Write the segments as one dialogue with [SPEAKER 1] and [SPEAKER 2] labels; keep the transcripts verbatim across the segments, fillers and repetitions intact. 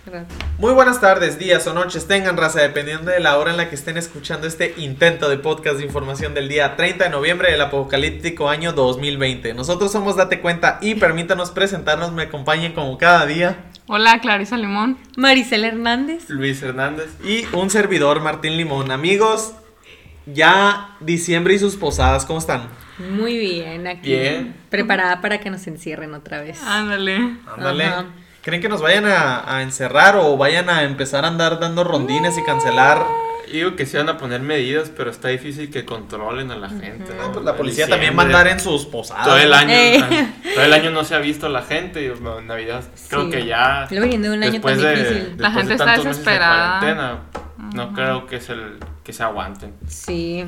[SPEAKER 1] Muy buenas tardes, días o noches tengan, raza, dependiendo de la hora en la que estén escuchando este intento de podcast de información del día treinta de noviembre del apocalíptico año dos mil veinte. Nosotros somos Date Cuenta y permítanos presentarnos, me acompañen como cada día.
[SPEAKER 2] Hola, Clarisa Limón.
[SPEAKER 3] Maricela Hernández.
[SPEAKER 4] Luis Hernández.
[SPEAKER 1] Y un servidor, Martín Limón. Amigos, ya diciembre y sus posadas, ¿cómo están?
[SPEAKER 3] Muy bien, aquí.
[SPEAKER 4] Bien.
[SPEAKER 3] Preparada para que nos encierren otra vez.
[SPEAKER 2] Ándale.
[SPEAKER 1] Ándale.
[SPEAKER 3] Ajá.
[SPEAKER 1] ¿Creen que nos vayan a, a encerrar o vayan a empezar a andar dando rondines y cancelar?
[SPEAKER 4] Digo que se van a poner medidas, pero está difícil que controlen a la gente, ¿no?
[SPEAKER 1] No, pues la policía
[SPEAKER 4] Diciembre,
[SPEAKER 1] también va a andar en sus posadas.
[SPEAKER 4] Todo el año,
[SPEAKER 3] Eh.
[SPEAKER 4] todo el año no se ha visto la gente. En Navidad creo
[SPEAKER 3] Sí.
[SPEAKER 4] que ya.
[SPEAKER 3] Luego viene de un año
[SPEAKER 4] después
[SPEAKER 3] tan
[SPEAKER 4] de,
[SPEAKER 3] difícil.
[SPEAKER 4] después
[SPEAKER 2] La gente
[SPEAKER 4] de
[SPEAKER 2] está
[SPEAKER 4] tantos meses de
[SPEAKER 2] desesperada.
[SPEAKER 4] cuarentena, no
[SPEAKER 2] Ujú.
[SPEAKER 4] creo que se, que se aguanten.
[SPEAKER 3] Sí.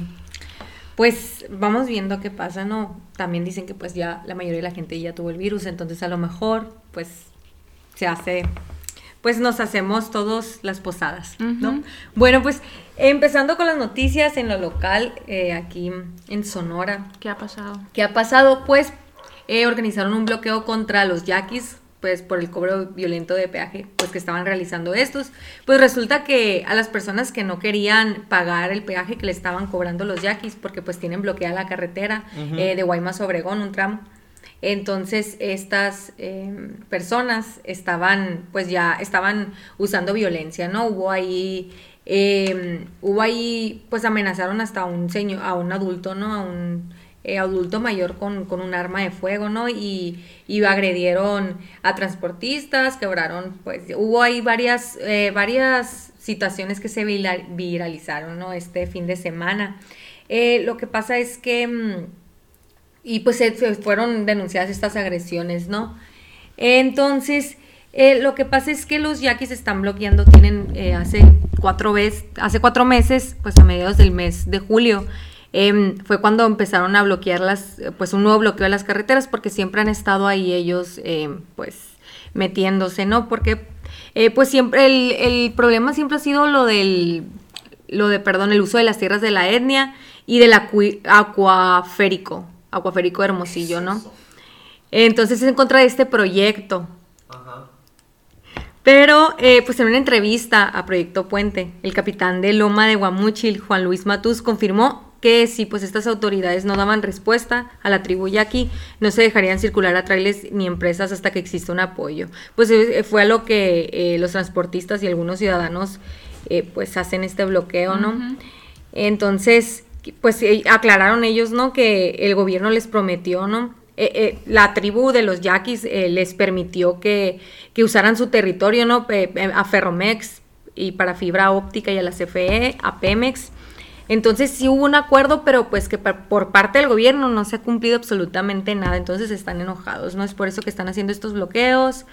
[SPEAKER 3] Pues vamos viendo qué pasa, ¿no? También dicen que pues ya la mayoría de la gente ya tuvo el virus, entonces a lo mejor pues se hace, pues nos hacemos todos las posadas, ¿no?
[SPEAKER 2] Ujú.
[SPEAKER 3] Bueno, pues empezando con las noticias en lo local, eh, aquí en Sonora.
[SPEAKER 2] ¿Qué ha pasado?
[SPEAKER 3] ¿Qué ha pasado? Pues eh, organizaron un bloqueo contra los yaquis, pues por el cobro violento de peaje, pues que estaban realizando estos. Pues resulta que a las personas que no querían pagar el peaje que le estaban cobrando los yaquis, porque pues tienen bloqueada la carretera
[SPEAKER 1] Ujú.
[SPEAKER 3] eh, de Guaymas a Obregón, un tramo. Entonces estas eh, personas estaban, pues ya estaban usando violencia, ¿no? Hubo ahí, eh, hubo ahí, pues amenazaron hasta a un señor, a un adulto, ¿no? A un eh, adulto mayor con, con un arma de fuego, ¿no? Y, y agredieron a transportistas, quebraron, pues hubo ahí varias, eh, varias situaciones que se vira- viralizaron, ¿no? Este fin de semana. Eh, lo que pasa es que... mm, y pues se, se fueron denunciadas estas agresiones, ¿no? Entonces, eh, lo que pasa es que los yaquis están bloqueando, tienen eh, hace cuatro veces, hace cuatro meses, pues a mediados del mes de julio, eh, fue cuando empezaron a bloquear las, pues un nuevo bloqueo de las carreteras, porque siempre han estado ahí ellos, eh, pues, metiéndose, ¿no? Porque, eh, pues siempre, el, el problema siempre ha sido lo del, lo de, perdón, el uso de las tierras de la etnia y del acui- acuaférico. Acuaférico de Hermosillo, ¿no? Entonces es en contra de este proyecto.
[SPEAKER 1] Ajá.
[SPEAKER 3] Pero, eh, pues en una entrevista a Proyecto Puente, el capitán de Loma de Guamúchil, Juan Luis Matús, confirmó que si pues estas autoridades no daban respuesta a la tribu yaqui, no se dejarían circular a trailers ni empresas hasta que exista un apoyo. Pues eh, fue a lo que eh, los transportistas y algunos ciudadanos eh, pues hacen este bloqueo, ¿no?
[SPEAKER 2] Ujú.
[SPEAKER 3] Entonces, pues eh, aclararon ellos, ¿no? Que el gobierno les prometió, ¿no? Eh, eh, la tribu de los yaquis eh, les permitió que, que usaran su territorio, ¿no? Pe- pe- a Ferromex y para fibra óptica y a la C F E, a Pemex. Entonces sí hubo un acuerdo, pero pues que pa- por parte del gobierno no se ha cumplido absolutamente nada. Entonces están enojados, ¿no? Es por eso que están haciendo estos bloqueos.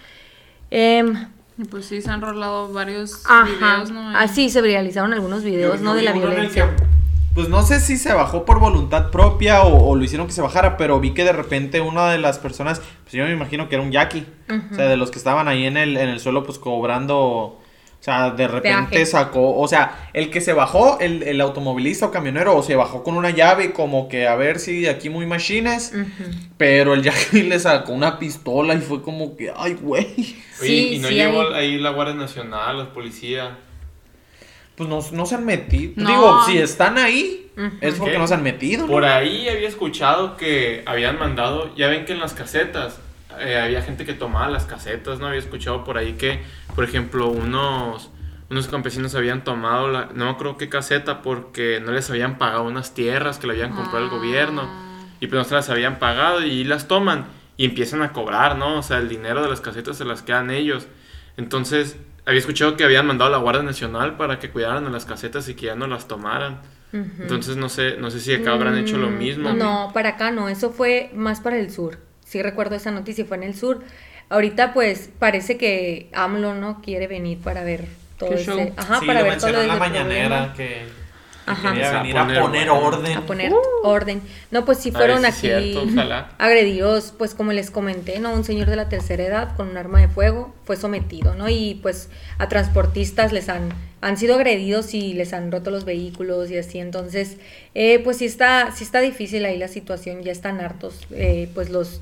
[SPEAKER 3] Em,
[SPEAKER 2] Y pues sí, se han rolado varios
[SPEAKER 3] ajá,
[SPEAKER 2] videos, ¿no?
[SPEAKER 3] así se viralizaron algunos videos,
[SPEAKER 1] Yo-
[SPEAKER 3] ¿no?
[SPEAKER 1] yo
[SPEAKER 3] De la
[SPEAKER 1] vi uno en el
[SPEAKER 3] violencia.
[SPEAKER 1] que, pues no sé si se bajó por voluntad propia o, o lo hicieron que se bajara, pero vi que de repente una de las personas, pues yo me imagino que era un yaqui, o sea, de los que estaban ahí en el, en el suelo, pues cobrando, o sea, de repente
[SPEAKER 3] Peaje.
[SPEAKER 1] sacó, o sea, el que se bajó, el, el automovilista o camionero, o se bajó con una llave como que a ver si aquí muy machines,
[SPEAKER 3] Ujú.
[SPEAKER 1] pero el yaqui le sacó una pistola y fue como que, ay, güey.
[SPEAKER 4] Oye,
[SPEAKER 3] Sí,
[SPEAKER 4] y no
[SPEAKER 3] sí,
[SPEAKER 4] llegó
[SPEAKER 3] hay-
[SPEAKER 4] ahí la Guardia Nacional, la policía.
[SPEAKER 1] Pues no, no se han metido.
[SPEAKER 2] No.
[SPEAKER 1] Digo, si están ahí,
[SPEAKER 3] Ujú.
[SPEAKER 1] es porque
[SPEAKER 4] ¿Qué?
[SPEAKER 1] no se han metido, ¿no?
[SPEAKER 4] Por ahí había escuchado que habían mandado, ya ven que en las casetas eh, había gente que tomaba las casetas, ¿no? Había escuchado por ahí que, por ejemplo, unos, unos campesinos habían tomado, la, no creo qué caseta, porque no les habían pagado unas tierras que le habían comprado el
[SPEAKER 2] Ah.
[SPEAKER 4] gobierno y pues no se las habían pagado y las toman y empiezan a cobrar, ¿no? O sea, el dinero de las casetas se las quedan ellos. Entonces, había escuchado que habían mandado a la Guardia Nacional para que cuidaran a las casetas y que ya no las tomaran.
[SPEAKER 3] Ujú.
[SPEAKER 4] Entonces no sé, no sé si acá habrán hecho lo
[SPEAKER 3] Mm,
[SPEAKER 4] mismo.
[SPEAKER 3] No, para acá no, eso fue más para el sur. Sí recuerdo esa noticia, fue en el sur. Ahorita pues parece que AMLO no quiere venir para ver todo
[SPEAKER 2] Qué
[SPEAKER 3] ese,
[SPEAKER 2] show.
[SPEAKER 3] ajá,
[SPEAKER 1] Sí,
[SPEAKER 3] para
[SPEAKER 1] lo
[SPEAKER 3] ver todo
[SPEAKER 1] mencionó
[SPEAKER 3] lo
[SPEAKER 1] en la
[SPEAKER 3] del
[SPEAKER 1] mañanera
[SPEAKER 3] problema.
[SPEAKER 1] que, que
[SPEAKER 3] Ajá.
[SPEAKER 1] quería
[SPEAKER 4] O sea,
[SPEAKER 1] venir a
[SPEAKER 4] poner
[SPEAKER 1] poner
[SPEAKER 4] orden.
[SPEAKER 1] orden.
[SPEAKER 3] A poner orden. No, pues sí
[SPEAKER 4] A
[SPEAKER 3] fueron
[SPEAKER 4] ver si es
[SPEAKER 3] aquí
[SPEAKER 4] cierto, ojalá.
[SPEAKER 3] agredidos, pues como les comenté, ¿no? Un señor de la tercera edad con un arma de fuego fue sometido, ¿no? Y pues a transportistas les han, han sido agredidos y les han roto los vehículos y así. Entonces, eh, pues sí está, sí está difícil ahí la situación, ya están hartos, eh, pues los,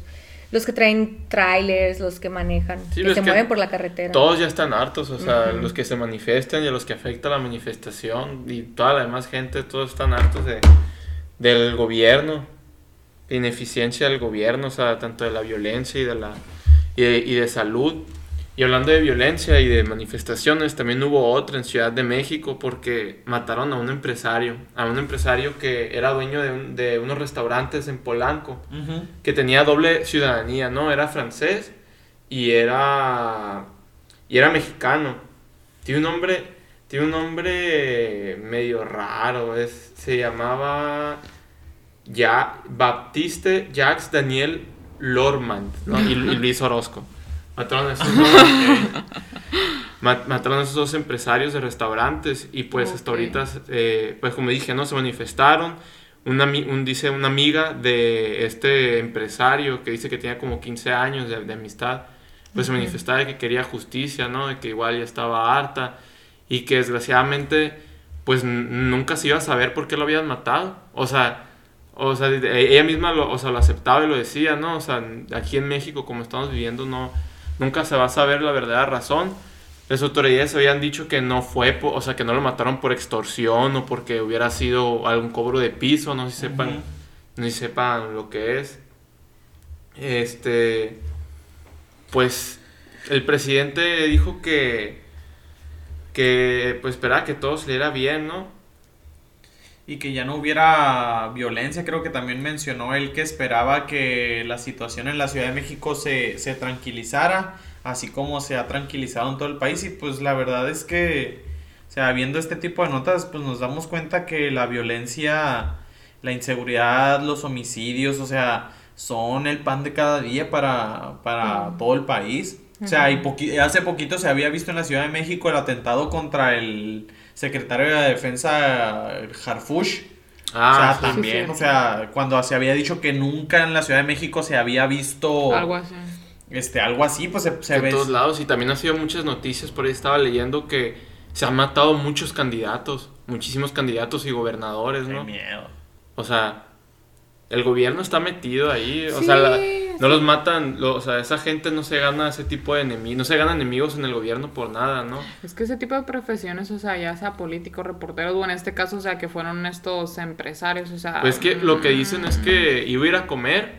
[SPEAKER 3] los que traen trailers, los que manejan,
[SPEAKER 4] Sí,
[SPEAKER 3] que
[SPEAKER 4] ves
[SPEAKER 3] se
[SPEAKER 4] que
[SPEAKER 3] mueven por la carretera.
[SPEAKER 4] Todos ya están hartos, o sea,
[SPEAKER 3] Ujú.
[SPEAKER 4] los que se manifiestan y a los que afecta la manifestación y toda la demás gente, todos están hartos de, del gobierno, de ineficiencia del gobierno, o sea, tanto de la violencia y de la y de, y de salud. Y hablando de violencia y de manifestaciones, también hubo otra en Ciudad de México porque mataron a un empresario, a un empresario que era dueño de, un- de unos restaurantes en Polanco,
[SPEAKER 1] Ujú.
[SPEAKER 4] que tenía doble ciudadanía, ¿no? Era francés y era y era mexicano. Tiene un nombre, tiene un nombre medio raro, es se llamaba ya Baptiste Jacques Daniel Lormand, ¿no? y, y Luis Orozco. Mataron a esos dos, ma- mataron a esos dos empresarios de restaurantes y pues hasta
[SPEAKER 2] Ok.
[SPEAKER 4] ahorita, eh, pues como dije, no se manifestaron. Una, ami- un, dice una amiga de este empresario que dice que tenía como quince años de, de amistad, pues se manifestaba de que quería justicia, ¿no? De que igual ya estaba harta y que desgraciadamente pues n- nunca se iba a saber por qué lo habían matado. O sea, o sea, de- ella misma lo, o sea, lo aceptaba y lo decía, ¿no? O sea, aquí en México como estamos viviendo no, nunca se va a saber la verdadera razón. Las autoridades habían dicho que no fue, po- o sea, que no lo mataron por extorsión o porque hubiera sido algún cobro de piso, no sé si sepan,
[SPEAKER 1] Ujú.
[SPEAKER 4] no sé si sepan lo que es. Este, pues el presidente dijo que, que pues esperaba que todo saliera bien, ¿no?
[SPEAKER 1] Y que ya no hubiera violencia, creo que también mencionó él que esperaba que la situación en la Ciudad de México se, se tranquilizara, así como se ha tranquilizado en todo el país. Y pues la verdad es que, o sea, viendo este tipo de notas, pues nos damos cuenta que la violencia, la inseguridad, los homicidios, o sea, son el pan de cada día para, para todo el país. O sea, y poqui- hace poquito se había visto en la Ciudad de México el atentado contra el secretario de la Defensa, Harfush.
[SPEAKER 4] Ah,
[SPEAKER 1] o sea,
[SPEAKER 4] sí.
[SPEAKER 1] también,
[SPEAKER 2] Sí,
[SPEAKER 1] o sea, cuando se había dicho que nunca en la Ciudad de México se había visto
[SPEAKER 2] Algo así.
[SPEAKER 1] este algo así, pues se, se
[SPEAKER 4] de
[SPEAKER 1] ve.
[SPEAKER 4] todos lados y también ha sido muchas noticias, por ahí estaba leyendo que se han matado muchos candidatos, muchísimos candidatos y gobernadores,
[SPEAKER 1] Qué
[SPEAKER 4] ¿no?
[SPEAKER 1] miedo.
[SPEAKER 4] O sea, el gobierno está metido ahí, o
[SPEAKER 2] Sí,
[SPEAKER 4] sea, la- no
[SPEAKER 2] sí.
[SPEAKER 4] los matan, lo- o sea, esa gente no se gana ese tipo de enemigos, no se gana enemigos en el gobierno por nada, ¿no?
[SPEAKER 2] Es que ese tipo de profesiones, o sea, ya sea políticos, reporteros, o en este caso, o sea, que fueron estos empresarios, o sea...
[SPEAKER 4] Pues que lo que dicen es que iba a ir a comer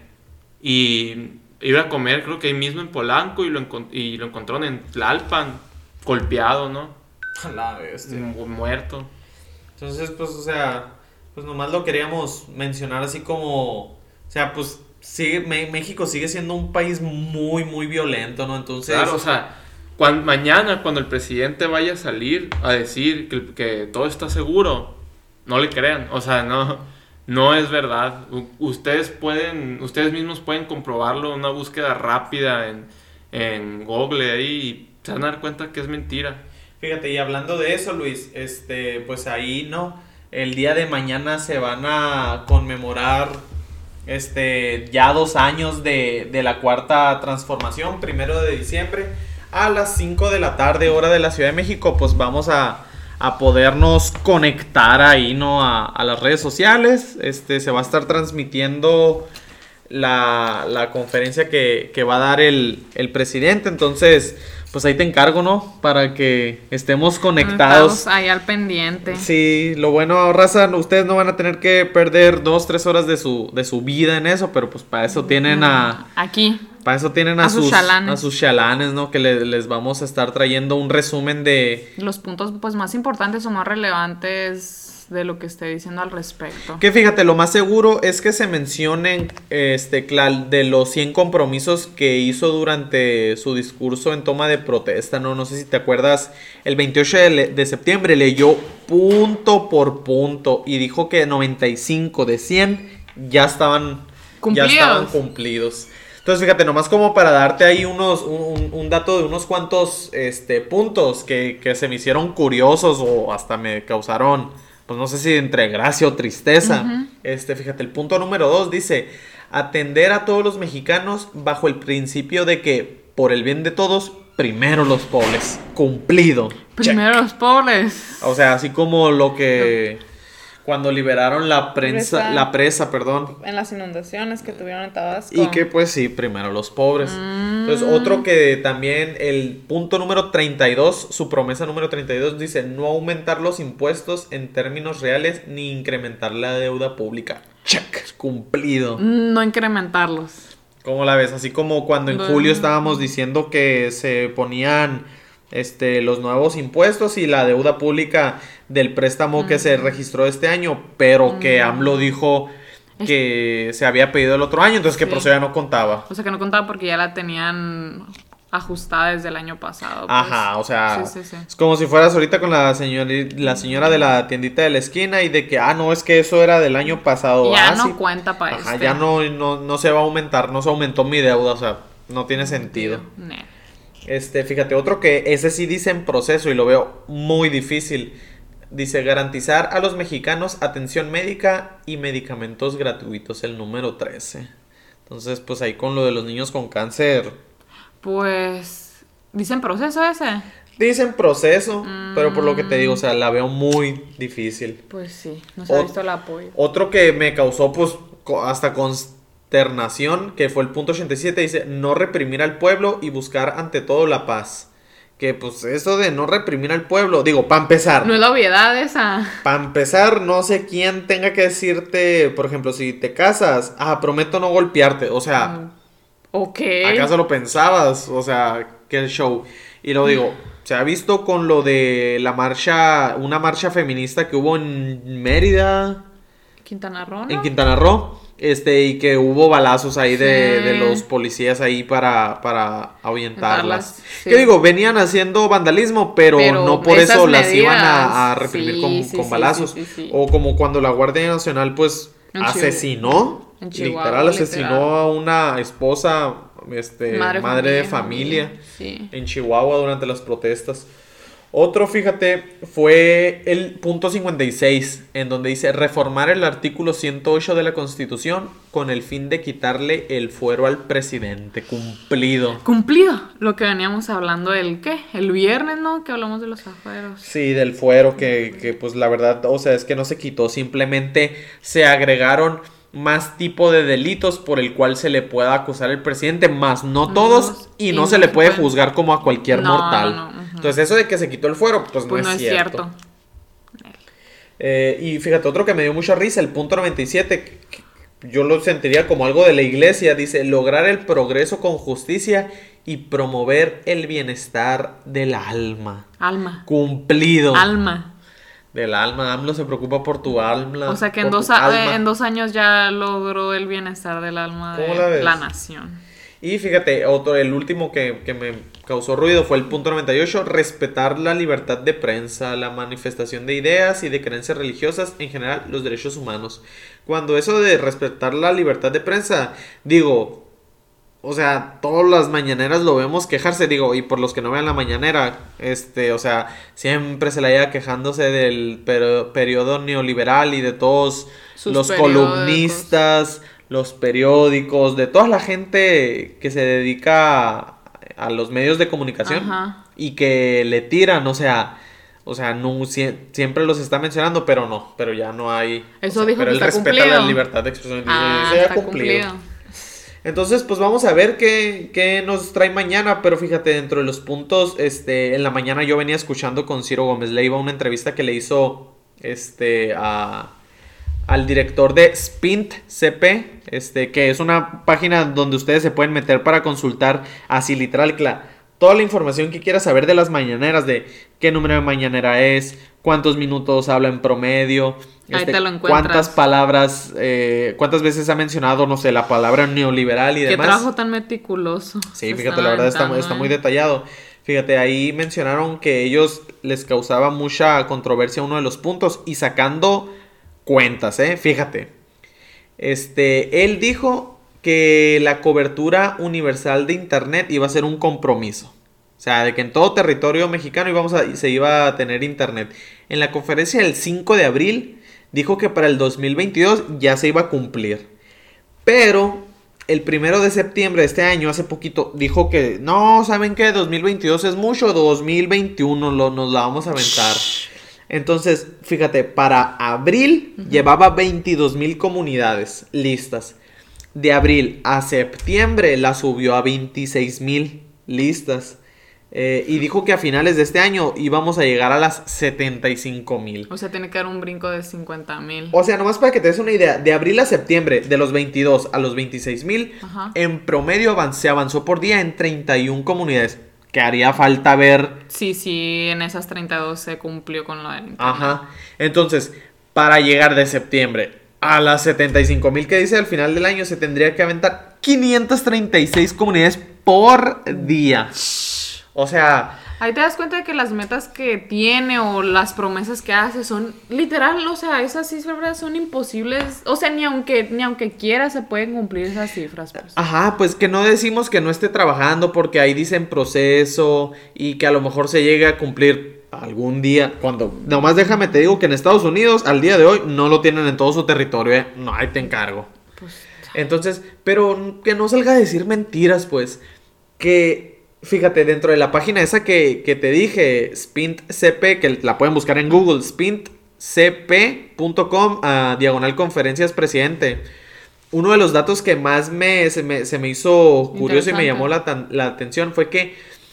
[SPEAKER 4] y iba a comer creo que ahí mismo en Polanco y lo, encon- y lo encontraron en Tlalpan, golpeado, ¿no?
[SPEAKER 1] A la bestia.
[SPEAKER 4] Mu- Muerto.
[SPEAKER 1] Entonces, pues, o sea, pues nomás lo queríamos mencionar así como, o sea, pues sigue, Me- México sigue siendo un país muy, muy violento, ¿no? Entonces,
[SPEAKER 4] Claro, o sea, cuan- mañana cuando el presidente vaya a salir a decir que, que todo está seguro, no le crean, o sea, no, no es verdad. U- ustedes pueden, ustedes mismos pueden comprobarlo, una búsqueda rápida en, en Google ahí y se van a dar cuenta que es mentira.
[SPEAKER 1] fíjate, y hablando de eso, Luis, este, pues ahí, ¿no? El día de mañana se van a conmemorar, este, ya dos años de, de la cuarta transformación, primero de diciembre, a las cinco de la tarde, hora de la Ciudad de México, pues vamos a, a podernos conectar ahí, ¿no? A, a las redes sociales, este, se va a estar transmitiendo la, la conferencia que, que va a dar el, el presidente, entonces, pues ahí te encargo, ¿no? Para que estemos conectados.
[SPEAKER 2] Estamos ahí al pendiente.
[SPEAKER 1] Sí, lo bueno, raza, no- ustedes no van a tener que perder dos, tres horas de su, de su vida en eso, pero pues para eso tienen a,
[SPEAKER 2] Aquí.
[SPEAKER 1] para eso tienen a,
[SPEAKER 2] A sus
[SPEAKER 1] sus,
[SPEAKER 2] chalanes.
[SPEAKER 1] a sus chalanes, ¿no? Que le- les vamos a estar trayendo un resumen de,
[SPEAKER 2] Los puntos pues más importantes o más relevantes de lo que esté diciendo al respecto.
[SPEAKER 1] que fíjate, lo más seguro es que se mencionen, este, cla- de los cien compromisos que hizo durante su discurso en toma de protesta, ¿no? No sé si te acuerdas, el veintiocho de, le- de septiembre leyó punto por punto y dijo que noventa y cinco de cien ya estaban, ya
[SPEAKER 2] Cumplidos.
[SPEAKER 1] estaban cumplidos. Entonces, fíjate, nomás como para darte ahí unos, un, un- un dato de unos cuantos, este, puntos que, que se me hicieron curiosos o hasta me causaron, pues no sé si entre gracia o tristeza.
[SPEAKER 2] Ujú.
[SPEAKER 1] Este, fíjate, el punto número dos dice, atender a todos los mexicanos bajo el principio de que, por el bien de todos, primero los pobres. Cumplido.
[SPEAKER 2] Primero los pobres.
[SPEAKER 1] O sea, así como lo que, cuando liberaron la prensa,
[SPEAKER 2] Presa.
[SPEAKER 1] la presa, perdón.
[SPEAKER 2] En las inundaciones que tuvieron en Tabasco.
[SPEAKER 1] Y que pues sí, primero los pobres.
[SPEAKER 2] Mm.
[SPEAKER 1] Entonces otro que también, el punto número treinta y dos, su promesa número treinta y dos dice no aumentar los impuestos en términos reales ni incrementar la deuda pública. Check, cumplido.
[SPEAKER 2] No incrementarlos.
[SPEAKER 1] ¿Cómo la ves? Así como cuando en
[SPEAKER 2] Bueno.
[SPEAKER 1] julio estábamos diciendo que se ponían este los nuevos impuestos y la deuda pública del préstamo que se registró este año, pero que AMLO dijo que se había pedido el otro año, entonces que
[SPEAKER 2] Sí.
[SPEAKER 1] por eso ya no contaba.
[SPEAKER 2] O sea, que no contaba porque ya la tenían ajustada desde el año pasado. pues.
[SPEAKER 1] Ajá, o sea,
[SPEAKER 2] Sí, sí, sí.
[SPEAKER 1] es como si fueras ahorita con la señora, la señora de la tiendita de la esquina y de que, ah, no, es que eso era del año pasado.
[SPEAKER 2] Ya
[SPEAKER 1] ah,
[SPEAKER 2] no
[SPEAKER 1] sí.
[SPEAKER 2] cuenta para
[SPEAKER 1] Ajá,
[SPEAKER 2] este.
[SPEAKER 1] ya no, no, no se va a aumentar, no se aumentó mi deuda, o sea, no tiene sentido.
[SPEAKER 2] Nah.
[SPEAKER 1] Este, fíjate, otro que ese sí dice en proceso y lo veo muy difícil. Dice, garantizar a los mexicanos atención médica y medicamentos gratuitos, el número trece. Entonces, pues ahí con lo de los niños con cáncer,
[SPEAKER 2] Pues, ¿dicen proceso ese?
[SPEAKER 1] dicen proceso, pero por lo que te digo, o sea, la veo muy difícil.
[SPEAKER 2] Pues sí, no se ha
[SPEAKER 1] Ot-
[SPEAKER 2] visto el apoyo.
[SPEAKER 1] Otro que me causó, pues, co- hasta consternación, que fue el punto ochenta y siete, dice, no reprimir al pueblo y buscar ante todo la paz. Que, pues, eso de no reprimir al pueblo, digo, para empezar.
[SPEAKER 2] No es la obviedad esa.
[SPEAKER 1] Para empezar, no sé quién tenga que decirte, por ejemplo, si te casas, ah, prometo no golpearte. O sea,
[SPEAKER 2] Ok.
[SPEAKER 1] ¿acaso lo pensabas? O sea, qué show. Y lo digo, se ha visto con lo de la marcha, una marcha feminista que hubo en Mérida,
[SPEAKER 2] Quintana Roo, ¿no?
[SPEAKER 1] en Quintana Roo, este, y que hubo balazos ahí de,
[SPEAKER 2] Sí.
[SPEAKER 1] de los policías ahí para, para ahuyentarlas.
[SPEAKER 2] Ahuyentarlas, sí.
[SPEAKER 1] Que digo, venían haciendo vandalismo, pero,
[SPEAKER 2] Pero
[SPEAKER 1] no por
[SPEAKER 2] esas
[SPEAKER 1] eso las iban
[SPEAKER 2] medidas,
[SPEAKER 1] a, a reprimir
[SPEAKER 2] sí,
[SPEAKER 1] con,
[SPEAKER 2] sí,
[SPEAKER 1] con
[SPEAKER 2] sí,
[SPEAKER 1] balazos.
[SPEAKER 2] sí, sí, sí.
[SPEAKER 1] O como cuando la Guardia Nacional, pues,
[SPEAKER 2] En
[SPEAKER 1] asesinó,
[SPEAKER 2] En Chihuahua,
[SPEAKER 1] literal, asesinó
[SPEAKER 2] literal.
[SPEAKER 1] a una esposa, este, madre,
[SPEAKER 2] Madre,
[SPEAKER 1] de familia,
[SPEAKER 2] Sí.
[SPEAKER 1] en Chihuahua durante las protestas. Otro, fíjate, fue el punto cincuenta y seis, en donde dice reformar el artículo ciento ocho de la Constitución con el fin de quitarle el fuero al presidente. Cumplido.
[SPEAKER 2] Cumplido. Lo que veníamos hablando el ¿qué? El viernes, ¿no? Que hablamos de los afueros.
[SPEAKER 1] Sí, del fuero que, que pues la verdad, o sea, es que no se quitó, simplemente se agregaron más tipo de delitos por el cual se le pueda acusar al presidente, más no todos,
[SPEAKER 2] No,
[SPEAKER 1] y
[SPEAKER 2] y
[SPEAKER 1] no
[SPEAKER 2] no
[SPEAKER 1] se le
[SPEAKER 2] se
[SPEAKER 1] puede
[SPEAKER 2] puede.
[SPEAKER 1] juzgar como a cualquier
[SPEAKER 2] No,
[SPEAKER 1] mortal.
[SPEAKER 2] no, no, ujú.
[SPEAKER 1] Entonces eso de que se quitó el fuero, pues,
[SPEAKER 2] Pues
[SPEAKER 1] no, es cierto. Eh, y fíjate, otro que me dio mucha risa, el punto noventa y siete, que- que yo lo sentiría como algo de la iglesia, dice, lograr el progreso con justicia y promover el bienestar del alma.
[SPEAKER 2] Alma.
[SPEAKER 1] Cumplido.
[SPEAKER 2] Alma.
[SPEAKER 1] Del alma, AMLO se preocupa por tu alma.
[SPEAKER 2] O sea que en
[SPEAKER 1] por
[SPEAKER 2] dos,
[SPEAKER 1] tu
[SPEAKER 2] a-
[SPEAKER 1] alma.
[SPEAKER 2] en dos años ya logró el bienestar del alma
[SPEAKER 1] ¿Cómo
[SPEAKER 2] de
[SPEAKER 1] la ves?
[SPEAKER 2] la nación.
[SPEAKER 1] Y fíjate, otro, el último que, que me causó ruido fue el punto noventa y ocho, respetar la libertad de prensa, la manifestación de ideas y de creencias religiosas, en general los derechos humanos. Cuando eso de respetar la libertad de prensa, digo, o sea, todas las mañaneras lo vemos quejarse, digo, y por los que no vean la mañanera, este, o sea, siempre se la lleva quejándose del per- periodo neoliberal y de todos
[SPEAKER 2] Sus
[SPEAKER 1] los
[SPEAKER 2] periódicos.
[SPEAKER 1] columnistas, los periódicos, de toda la gente que se dedica a, a los medios de comunicación
[SPEAKER 2] Ajá.
[SPEAKER 1] y que le tiran, o sea, o sea, no sie- siempre los está mencionando, pero no, pero ya no hay.
[SPEAKER 2] Eso
[SPEAKER 1] o sea,
[SPEAKER 2] dijo
[SPEAKER 1] pero
[SPEAKER 2] que
[SPEAKER 1] él
[SPEAKER 2] está
[SPEAKER 1] respeta
[SPEAKER 2] cumplido.
[SPEAKER 1] la libertad de expresión. Dice,
[SPEAKER 2] Ah,
[SPEAKER 1] "Eso ya
[SPEAKER 2] está
[SPEAKER 1] cumplido".
[SPEAKER 2] cumplido.
[SPEAKER 1] Entonces, pues vamos a ver qué, qué nos trae mañana, pero fíjate, dentro de los puntos, este, en la mañana yo venía escuchando con Ciro Gómez Leiva una entrevista que le hizo, este, a, al director de Spint C P, este, que es una página donde ustedes se pueden meter para consultar así literal, cla- toda la información que quieras saber de las mañaneras, de qué número de mañanera es, cuántos minutos habla en promedio,
[SPEAKER 2] Ahí
[SPEAKER 1] este,
[SPEAKER 2] te lo encuentras.
[SPEAKER 1] cuántas palabras, eh, cuántas veces ha mencionado, no sé, la palabra neoliberal y
[SPEAKER 2] Qué
[SPEAKER 1] demás.
[SPEAKER 2] trabajo tan meticuloso.
[SPEAKER 1] Sí,
[SPEAKER 2] se
[SPEAKER 1] fíjate,
[SPEAKER 2] están
[SPEAKER 1] la verdad está,
[SPEAKER 2] aventando,
[SPEAKER 1] está
[SPEAKER 2] ¿eh?
[SPEAKER 1] muy detallado. Fíjate, ahí mencionaron que ellos les causaba mucha controversia uno de los puntos y sacando cuentas, ¿eh? Fíjate. Este, él dijo que la cobertura universal de internet iba a ser un compromiso. O sea, de que en todo territorio mexicano íbamos a, se iba a tener internet. En la conferencia del cinco de abril dijo que para el dos mil veintidós ya se iba a cumplir. Pero el primero de septiembre de este año, hace poquito, dijo que no, ¿saben qué? dos mil veintidós es mucho, dos mil veintiuno lo, nos la vamos a aventar. Entonces, fíjate, para abril uh-huh. llevaba veintidós mil comunidades listas. De abril a septiembre la subió a veintiséis mil listas. Eh, y dijo que a finales de este año íbamos a llegar a las setenta y cinco mil.
[SPEAKER 2] O sea, tiene que dar un brinco de cincuenta mil.
[SPEAKER 1] O sea, nomás para que te des una idea, de abril a septiembre, de los veintidós a los veintiséis mil, en promedio avan- se avanzó por día en treinta y una comunidades. Que haría falta ver.
[SPEAKER 2] Sí, sí, en esas treinta y dos se cumplió con lo del internet.
[SPEAKER 1] Ajá. Entonces, para llegar de septiembre a las setenta y cinco mil que dice al final del año, se tendría que aventar quinientas treinta y seis comunidades por día. O sea...
[SPEAKER 2] Ahí te das cuenta de que las metas que tiene o las promesas que hace son literal, o sea, esas cifras son imposibles. O sea, ni aunque ni aunque quiera se pueden cumplir esas cifras. Pues.
[SPEAKER 1] Ajá, pues que no decimos que no esté trabajando porque ahí dicen proceso y que a lo mejor se llegue a cumplir algún día. Cuando, nomás déjame te digo que en Estados Unidos al día de hoy no lo tienen en todo su territorio, ¿eh? No, ahí te encargo. Pues... Entonces, pero que no salga a decir mentiras, pues, que... Fíjate, dentro de la página esa que, que te dije, Spint C P, que la pueden buscar en Google, spint c p punto com, uh, diagonal conferencias presidente. Uno de los datos que más me, se, me, se me hizo curioso y me llamó la, tan, la atención fue que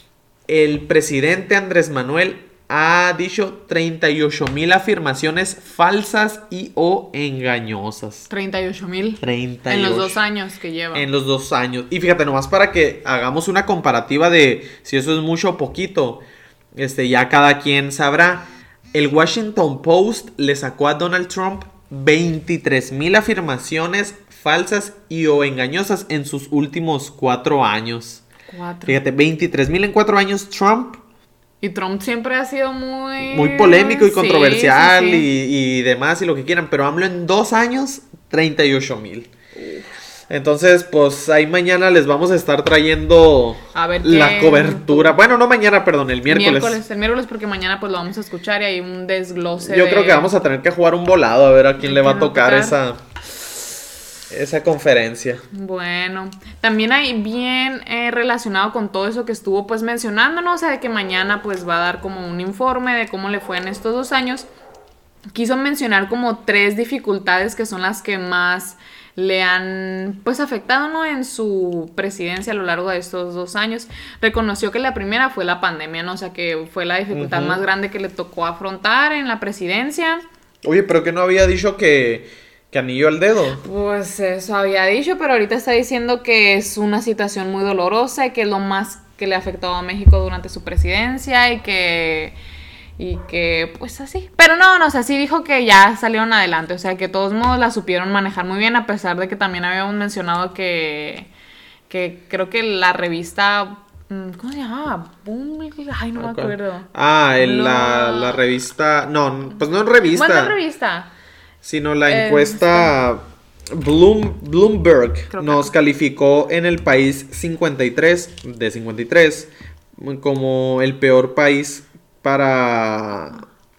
[SPEAKER 1] el presidente Andrés Manuel ha dicho treinta y ocho mil afirmaciones falsas y o engañosas.
[SPEAKER 2] treinta y ocho mil.
[SPEAKER 1] treinta y ocho.
[SPEAKER 2] En los dos años que lleva.
[SPEAKER 1] En los dos años. Y fíjate, nomás para que hagamos una comparativa de si eso es mucho o poquito. Este, ya cada quien sabrá. El Washington Post le sacó a Donald Trump veintitrés mil afirmaciones falsas y o engañosas en sus últimos cuatro años.
[SPEAKER 2] Cuatro.
[SPEAKER 1] Fíjate, veintitrés mil en cuatro años. Trump...
[SPEAKER 2] Y Trump siempre ha sido muy...
[SPEAKER 1] Muy polémico y
[SPEAKER 2] sí,
[SPEAKER 1] controversial
[SPEAKER 2] sí, sí.
[SPEAKER 1] Y, y demás y lo que quieran. Pero AMLO en dos años, treinta y ocho mil. Entonces, pues ahí mañana les vamos a estar trayendo
[SPEAKER 2] a ver
[SPEAKER 1] la
[SPEAKER 2] qué...
[SPEAKER 1] cobertura. Bueno, no mañana, perdón, el miércoles.
[SPEAKER 2] Miércoles, el miércoles porque mañana pues lo vamos a escuchar y hay un desglose.
[SPEAKER 1] Yo
[SPEAKER 2] de...
[SPEAKER 1] creo que vamos a tener que jugar un volado a ver a quién le va a tocar, tocar esa... Esa conferencia.
[SPEAKER 2] Bueno, también hay bien eh, relacionado con todo eso que estuvo pues mencionando, ¿no? O sea, de que mañana pues va a dar como un informe de cómo le fue en estos dos años. Quiso mencionar como tres dificultades que son las que más le han pues afectado, ¿no? En su presidencia a lo largo de estos dos años. Reconoció que la primera fue la pandemia, ¿no? O sea, que fue la dificultad uh-huh. más grande que le tocó afrontar en la presidencia.
[SPEAKER 1] Oye, pero que no había dicho que... ¿Que anillo al dedo?
[SPEAKER 2] Pues eso había dicho, pero ahorita está diciendo que es una situación muy dolorosa y que es lo más que le ha afectado a México durante su presidencia y que... Y que, pues así. Pero no, no, o sea, sí dijo que ya salieron adelante. O sea, que de todos modos la supieron manejar muy bien, a pesar de que también habíamos mencionado que... Que creo que la revista... ¿Cómo se llamaba? Boom, ay, no me acuerdo.
[SPEAKER 1] Ah, el, la, la revista... No, pues no es revista.
[SPEAKER 2] ¿Cuál es revista?
[SPEAKER 1] Sino la encuesta eh, Bloom, Bloomberg Creo nos que... calificó en el país cincuenta y tres de cincuenta y tres como el peor país para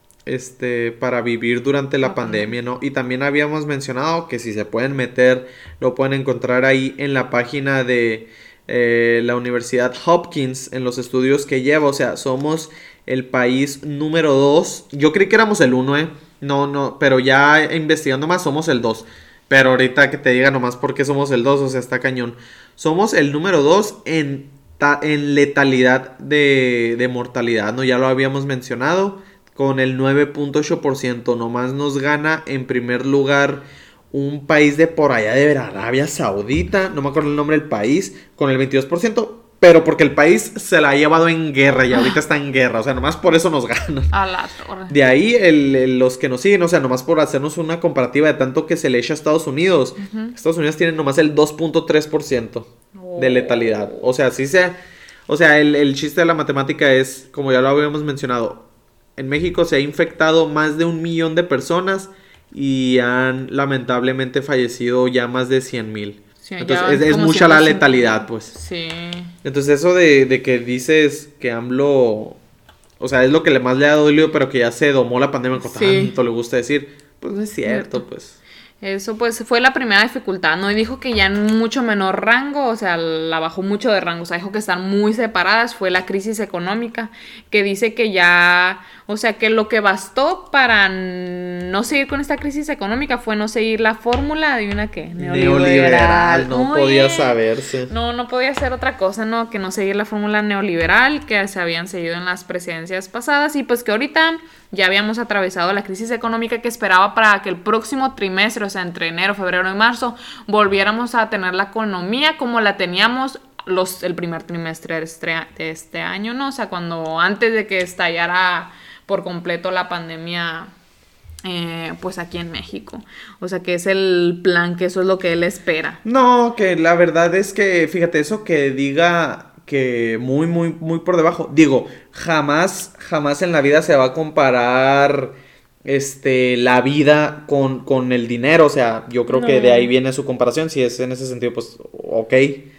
[SPEAKER 1] este para vivir durante la okay. pandemia, ¿no? Y también habíamos mencionado que si se pueden meter, lo pueden encontrar ahí en la página de eh, la Universidad Hopkins, en los estudios que lleva. O sea, somos el país número dos. Yo creí que éramos el uno, ¿eh? No, no, pero ya investigando más somos el dos. Pero ahorita que te diga nomás por qué somos el dos, o sea, está cañón. Somos el número dos en, ta- en letalidad de, de mortalidad, ¿no? Ya lo habíamos mencionado, con el nueve punto ocho por ciento. Nomás nos gana en primer lugar un país de por allá de Arabia Saudita, no me acuerdo el nombre del país, con el veintidós por ciento. Pero porque el país se la ha llevado en guerra y ahorita está en guerra. O sea, nomás por eso nos ganan.
[SPEAKER 2] A la torre.
[SPEAKER 1] De ahí el, el, los que nos siguen, o sea, nomás por hacernos una comparativa de tanto que se le echa a Estados Unidos. Uh-huh. Estados Unidos tiene nomás el dos punto tres por ciento oh. de letalidad. O sea, sí se... O sea, el, el chiste de la matemática es, como ya lo habíamos mencionado, en México se ha infectado más de un millón de personas y han lamentablemente fallecido ya más de cien mil. Sí, entonces es, es mucha la letalidad, pues.
[SPEAKER 2] Sí.
[SPEAKER 1] Entonces eso de, de que dices que AMLO, o sea, es lo que más le ha dolido, pero que ya se domó la pandemia, con sí. tanto le gusta decir, pues no es cierto, pues.
[SPEAKER 2] Eso pues fue la primera dificultad, ¿no? Y dijo que ya en mucho menor rango, o sea, la bajó mucho de rango, o sea, dijo que están muy separadas, fue la crisis económica, que dice que ya, O sea que lo que bastó para no seguir con esta crisis económica fue no seguir la fórmula, adivina qué, neoliberal.
[SPEAKER 1] Neoliberal, no
[SPEAKER 2] Muy
[SPEAKER 1] podía
[SPEAKER 2] bien.
[SPEAKER 1] saberse.
[SPEAKER 2] No, no podía ser otra cosa, ¿no? Que no seguir la fórmula neoliberal que se habían seguido en las presidencias pasadas y pues que ahorita ya habíamos atravesado la crisis económica que esperaba para que el próximo trimestre, o sea, entre enero, febrero y marzo, volviéramos a tener la economía como la teníamos los, el primer trimestre de este, de este año, ¿no? O sea, cuando antes de que estallara por completo la pandemia, eh, pues aquí en México. O sea, que es el plan, que eso es lo que él espera.
[SPEAKER 1] No, que la verdad es que, fíjate, eso que diga que muy, muy, muy por debajo. Digo, jamás, jamás en la vida se va a comparar este, la vida con, con el dinero. O sea, yo creo
[SPEAKER 2] No.
[SPEAKER 1] que de ahí viene su comparación. Si es en ese sentido, pues, ok.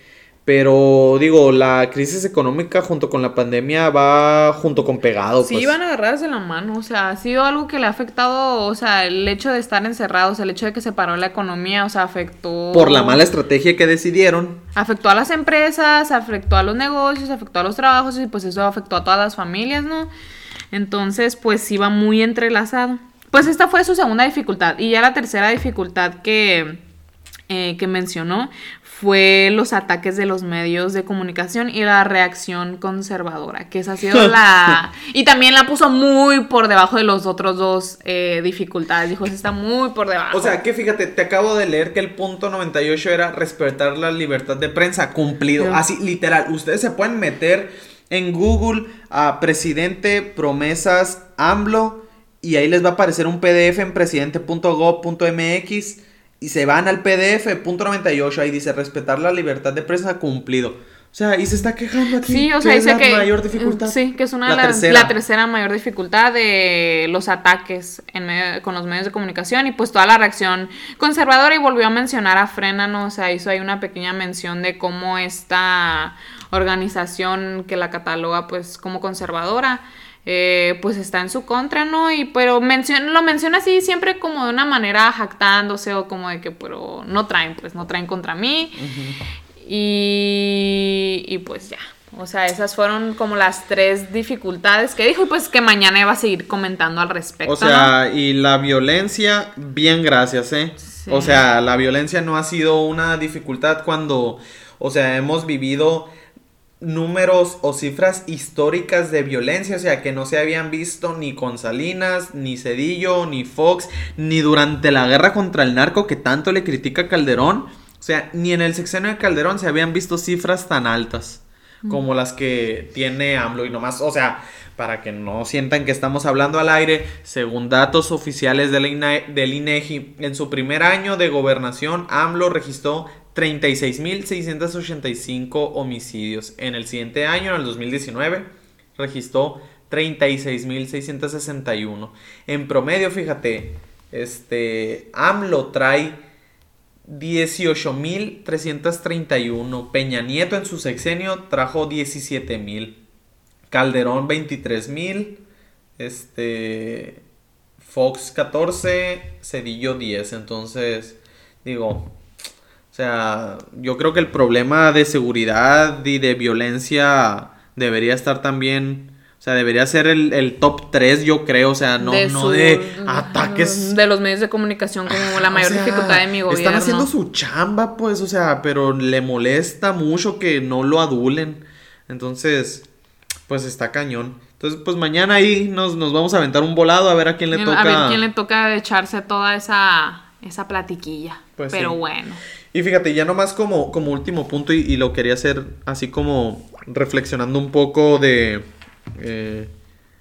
[SPEAKER 1] Pero, digo, la crisis económica junto con la pandemia va junto con pegado,
[SPEAKER 2] Sí,
[SPEAKER 1] pues.
[SPEAKER 2] van agarradas de la mano, o sea, ha sido algo que le ha afectado, o sea, el hecho de estar encerrados, el hecho de que se paró la economía, o sea, afectó...
[SPEAKER 1] Por la mala estrategia que decidieron.
[SPEAKER 2] Afectó a las empresas, afectó a los negocios, afectó a los trabajos y pues eso afectó a todas las familias, ¿no? Entonces, pues sí va muy entrelazado. Pues esta fue su segunda dificultad y ya la tercera dificultad que, eh, que mencionó fue los ataques de los medios de comunicación y la reacción conservadora, que esa ha sido la... Y también la puso muy por debajo de los otros dos eh, dificultades, dijo, esa está muy por debajo.
[SPEAKER 1] O sea, que fíjate, te acabo de leer que el punto noventa y ocho era respetar la libertad de prensa, cumplido.
[SPEAKER 2] Sí.
[SPEAKER 1] Así, literal, ustedes se pueden meter en Google a presidente, promesas, AMLO, y ahí les va a aparecer un P D F en presidente punto gob punto m x. Y se van al P D F, punto noventa y ocho, ahí dice respetar la libertad de prensa, cumplido. O sea, y se está quejando aquí.
[SPEAKER 2] Sí, o sea,
[SPEAKER 1] que es
[SPEAKER 2] dice
[SPEAKER 1] la
[SPEAKER 2] que...
[SPEAKER 1] mayor dificultad.
[SPEAKER 2] Sí, que es una
[SPEAKER 1] La
[SPEAKER 2] de las...
[SPEAKER 1] tercera.
[SPEAKER 2] La tercera mayor dificultad de los ataques en medio, con los medios de comunicación y pues toda la reacción conservadora y volvió a mencionar a Frena, ¿no? O sea, hizo ahí una pequeña mención de cómo esta organización que la cataloga pues como conservadora... Eh, pues está en su contra, ¿no? Y pero menciona, lo menciona así siempre como de una manera jactándose o como de que, pero no traen, pues no traen contra mí. Uh-huh. y, y pues ya. O sea, esas fueron como las tres dificultades que dijo y pues que mañana iba a seguir comentando al respecto.
[SPEAKER 1] O sea,
[SPEAKER 2] ¿no?
[SPEAKER 1] Y la violencia, bien gracias, ¿eh? Sí. O sea, la violencia no ha sido una dificultad cuando, o sea, hemos vivido números o cifras históricas de violencia, o sea, que no se habían visto ni con Salinas, ni Zedillo, ni Fox, ni durante la guerra contra el narco que tanto le critica Calderón. O sea, ni en el sexenio de Calderón se habían visto cifras tan altas mm. como las que tiene AMLO y nomás, o sea, para que no sientan que estamos hablando al aire, según datos oficiales del INEGI, en su primer año de gobernación, AMLO registró treinta y seis mil seiscientos ochenta y cinco homicidios. En el siguiente año, en el dos mil diecinueve, registró treinta y seis mil seiscientos sesenta y uno. En promedio, fíjate, este AMLO trae dieciocho mil trescientos treinta y uno. Peña Nieto en su sexenio trajo diecisiete mil. Calderón veintitrés mil. Este Fox catorce. Cedillo diez. Entonces, digo... O sea, yo creo que el problema de seguridad y de violencia debería estar también, o sea, debería ser el, el top tres, yo creo, o sea, no de, no su, de ataques.
[SPEAKER 2] De los medios de comunicación como la mayor o sea, dificultad de mi gobierno.
[SPEAKER 1] Están haciendo su chamba, pues, o sea, pero le molesta mucho que no lo adulen. Entonces, pues está cañón. Entonces, pues mañana ahí nos, nos vamos a aventar un volado a ver a quién le
[SPEAKER 2] a
[SPEAKER 1] toca.
[SPEAKER 2] A ver quién le toca echarse toda esa, esa platiquilla. Pues pero
[SPEAKER 1] sí.
[SPEAKER 2] Bueno.
[SPEAKER 1] Y fíjate, ya nomás como, como último punto, y, y lo quería hacer así como reflexionando un poco de... Eh,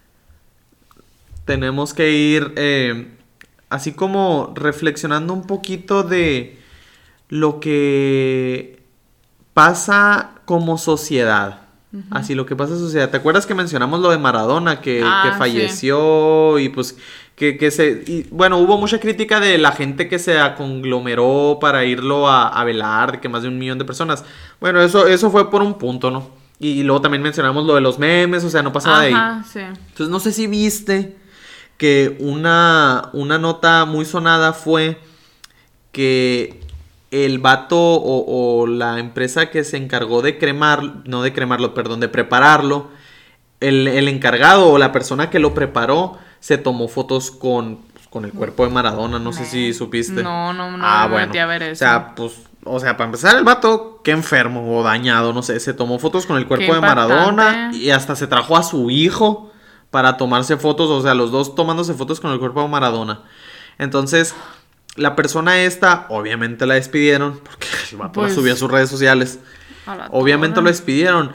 [SPEAKER 1] tenemos que ir eh, así como reflexionando un poquito de lo que pasa como sociedad. Uh-huh. Así lo que pasa en sociedad. ¿Te acuerdas que mencionamos lo de Maradona? Que, ah, que falleció sí. y pues... Que, que se, y, bueno, hubo mucha crítica de la gente que se conglomeró para irlo a, a velar, de que más de un millón de personas. Bueno, eso, eso fue por un punto, ¿no? Y, y luego también mencionamos lo de los memes, o sea, no pasaba de ahí.
[SPEAKER 2] Sí.
[SPEAKER 1] Entonces, no sé si viste que una, una nota muy sonada fue que el vato o, o la empresa que se encargó de cremar, no de cremarlo, perdón, de prepararlo, el, el encargado o la persona que lo preparó se tomó fotos con, pues, con el cuerpo de Maradona, no sé si supiste.
[SPEAKER 2] No, no, no
[SPEAKER 1] ah,
[SPEAKER 2] me
[SPEAKER 1] bueno.
[SPEAKER 2] metí a ver eso.
[SPEAKER 1] O sea, pues, o sea, para empezar el vato, qué enfermo o dañado, no sé, se tomó fotos con el cuerpo
[SPEAKER 2] Qué
[SPEAKER 1] de Maradona
[SPEAKER 2] impactante.
[SPEAKER 1] y hasta se trajo a su hijo para tomarse fotos, o sea, los dos tomándose fotos con el cuerpo de Maradona. Entonces, la persona esta, obviamente la despidieron, porque el vato
[SPEAKER 2] Pues,
[SPEAKER 1] la subió a sus redes sociales.
[SPEAKER 2] A la
[SPEAKER 1] Obviamente
[SPEAKER 2] torre.
[SPEAKER 1] lo despidieron,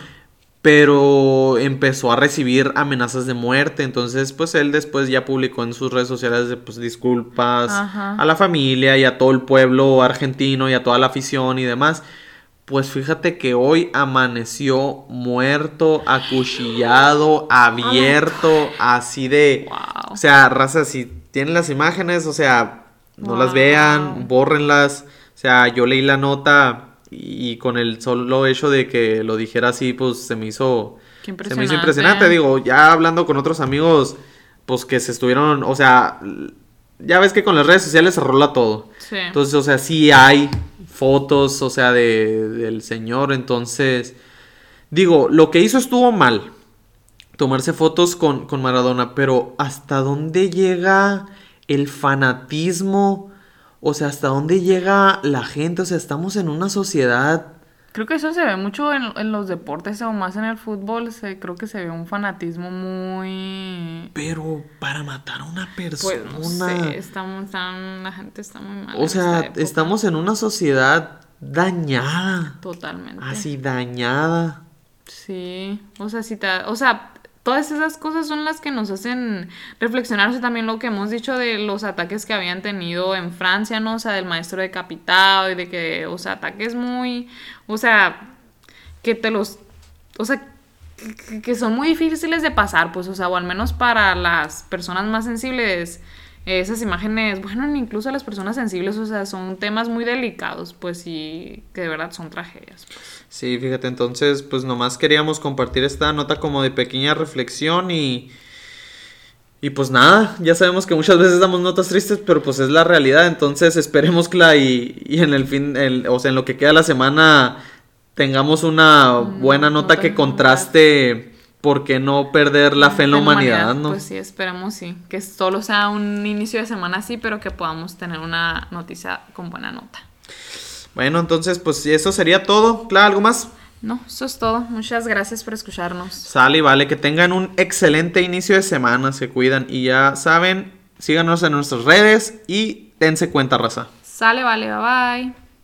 [SPEAKER 1] pero empezó a recibir amenazas de muerte. Entonces, pues él después ya publicó en sus redes sociales de, pues, disculpas
[SPEAKER 2] Ajá.
[SPEAKER 1] a la familia y a todo el pueblo argentino y a toda la afición y demás. Pues fíjate que hoy amaneció muerto, acuchillado, abierto, así de...
[SPEAKER 2] Wow.
[SPEAKER 1] O sea, raza, si tienen las imágenes, o sea, no las
[SPEAKER 2] Wow.
[SPEAKER 1] vean, bórrenlas. O sea, yo leí la nota y con el solo hecho de que lo dijera así, pues se me hizo...
[SPEAKER 2] Qué
[SPEAKER 1] Se me hizo
[SPEAKER 2] impresionante.
[SPEAKER 1] impresionante, digo, ya hablando con otros amigos, pues que se estuvieron, o sea, ya ves que con las redes sociales se rola todo.
[SPEAKER 2] Sí.
[SPEAKER 1] Entonces, o sea, sí hay fotos, o sea, de, del señor, entonces, digo, lo que hizo estuvo mal, tomarse fotos con, con Maradona, pero ¿hasta dónde llega el fanatismo? O sea, ¿hasta dónde llega la gente? O sea, estamos en una sociedad...
[SPEAKER 2] Creo que eso se ve mucho en, en los deportes o más en el fútbol. Se, creo que se ve un fanatismo muy...
[SPEAKER 1] Pero para matar a una
[SPEAKER 2] Pues
[SPEAKER 1] persona...
[SPEAKER 2] no sé, estamos tan, la gente está muy mal.
[SPEAKER 1] O
[SPEAKER 2] en
[SPEAKER 1] sea,
[SPEAKER 2] esta época.
[SPEAKER 1] estamos en una sociedad dañada.
[SPEAKER 2] Totalmente.
[SPEAKER 1] Así, dañada.
[SPEAKER 2] Sí, o sea, si te, o sea, todas esas cosas son las que nos hacen reflexionar. O sea, también lo que hemos dicho de los ataques que habían tenido en Francia, ¿no? O sea, del maestro decapitado y de que, o sea, ataques muy, o sea, que te los, o sea, que, que son muy difíciles de pasar, pues, o sea, o al menos para las personas más sensibles, esas imágenes, bueno, incluso las personas sensibles, o sea, son temas muy delicados, pues, y que de verdad son tragedias, pues.
[SPEAKER 1] Sí, fíjate, entonces, pues nomás queríamos compartir esta nota como de pequeña reflexión y... Y pues nada, ya sabemos que muchas veces damos notas tristes, pero pues es la realidad, entonces esperemos que la y, y en el fin, el, o sea, en lo que queda la semana tengamos una buena
[SPEAKER 2] Mm,
[SPEAKER 1] nota
[SPEAKER 2] nota
[SPEAKER 1] que
[SPEAKER 2] de
[SPEAKER 1] contraste, por qué no perder la fe en la humanidad, ¿no?
[SPEAKER 2] Pues sí, esperemos sí, que solo sea un inicio de semana así, pero que podamos tener una noticia con buena nota.
[SPEAKER 1] Bueno, entonces, pues eso sería todo. Claro, ¿algo más?
[SPEAKER 2] No, eso es todo. Muchas gracias por escucharnos.
[SPEAKER 1] Sale y vale, que tengan un excelente inicio de semana, se cuidan. Y ya saben, síganos en nuestras redes y dense cuenta, raza.
[SPEAKER 2] Sale, vale, bye bye.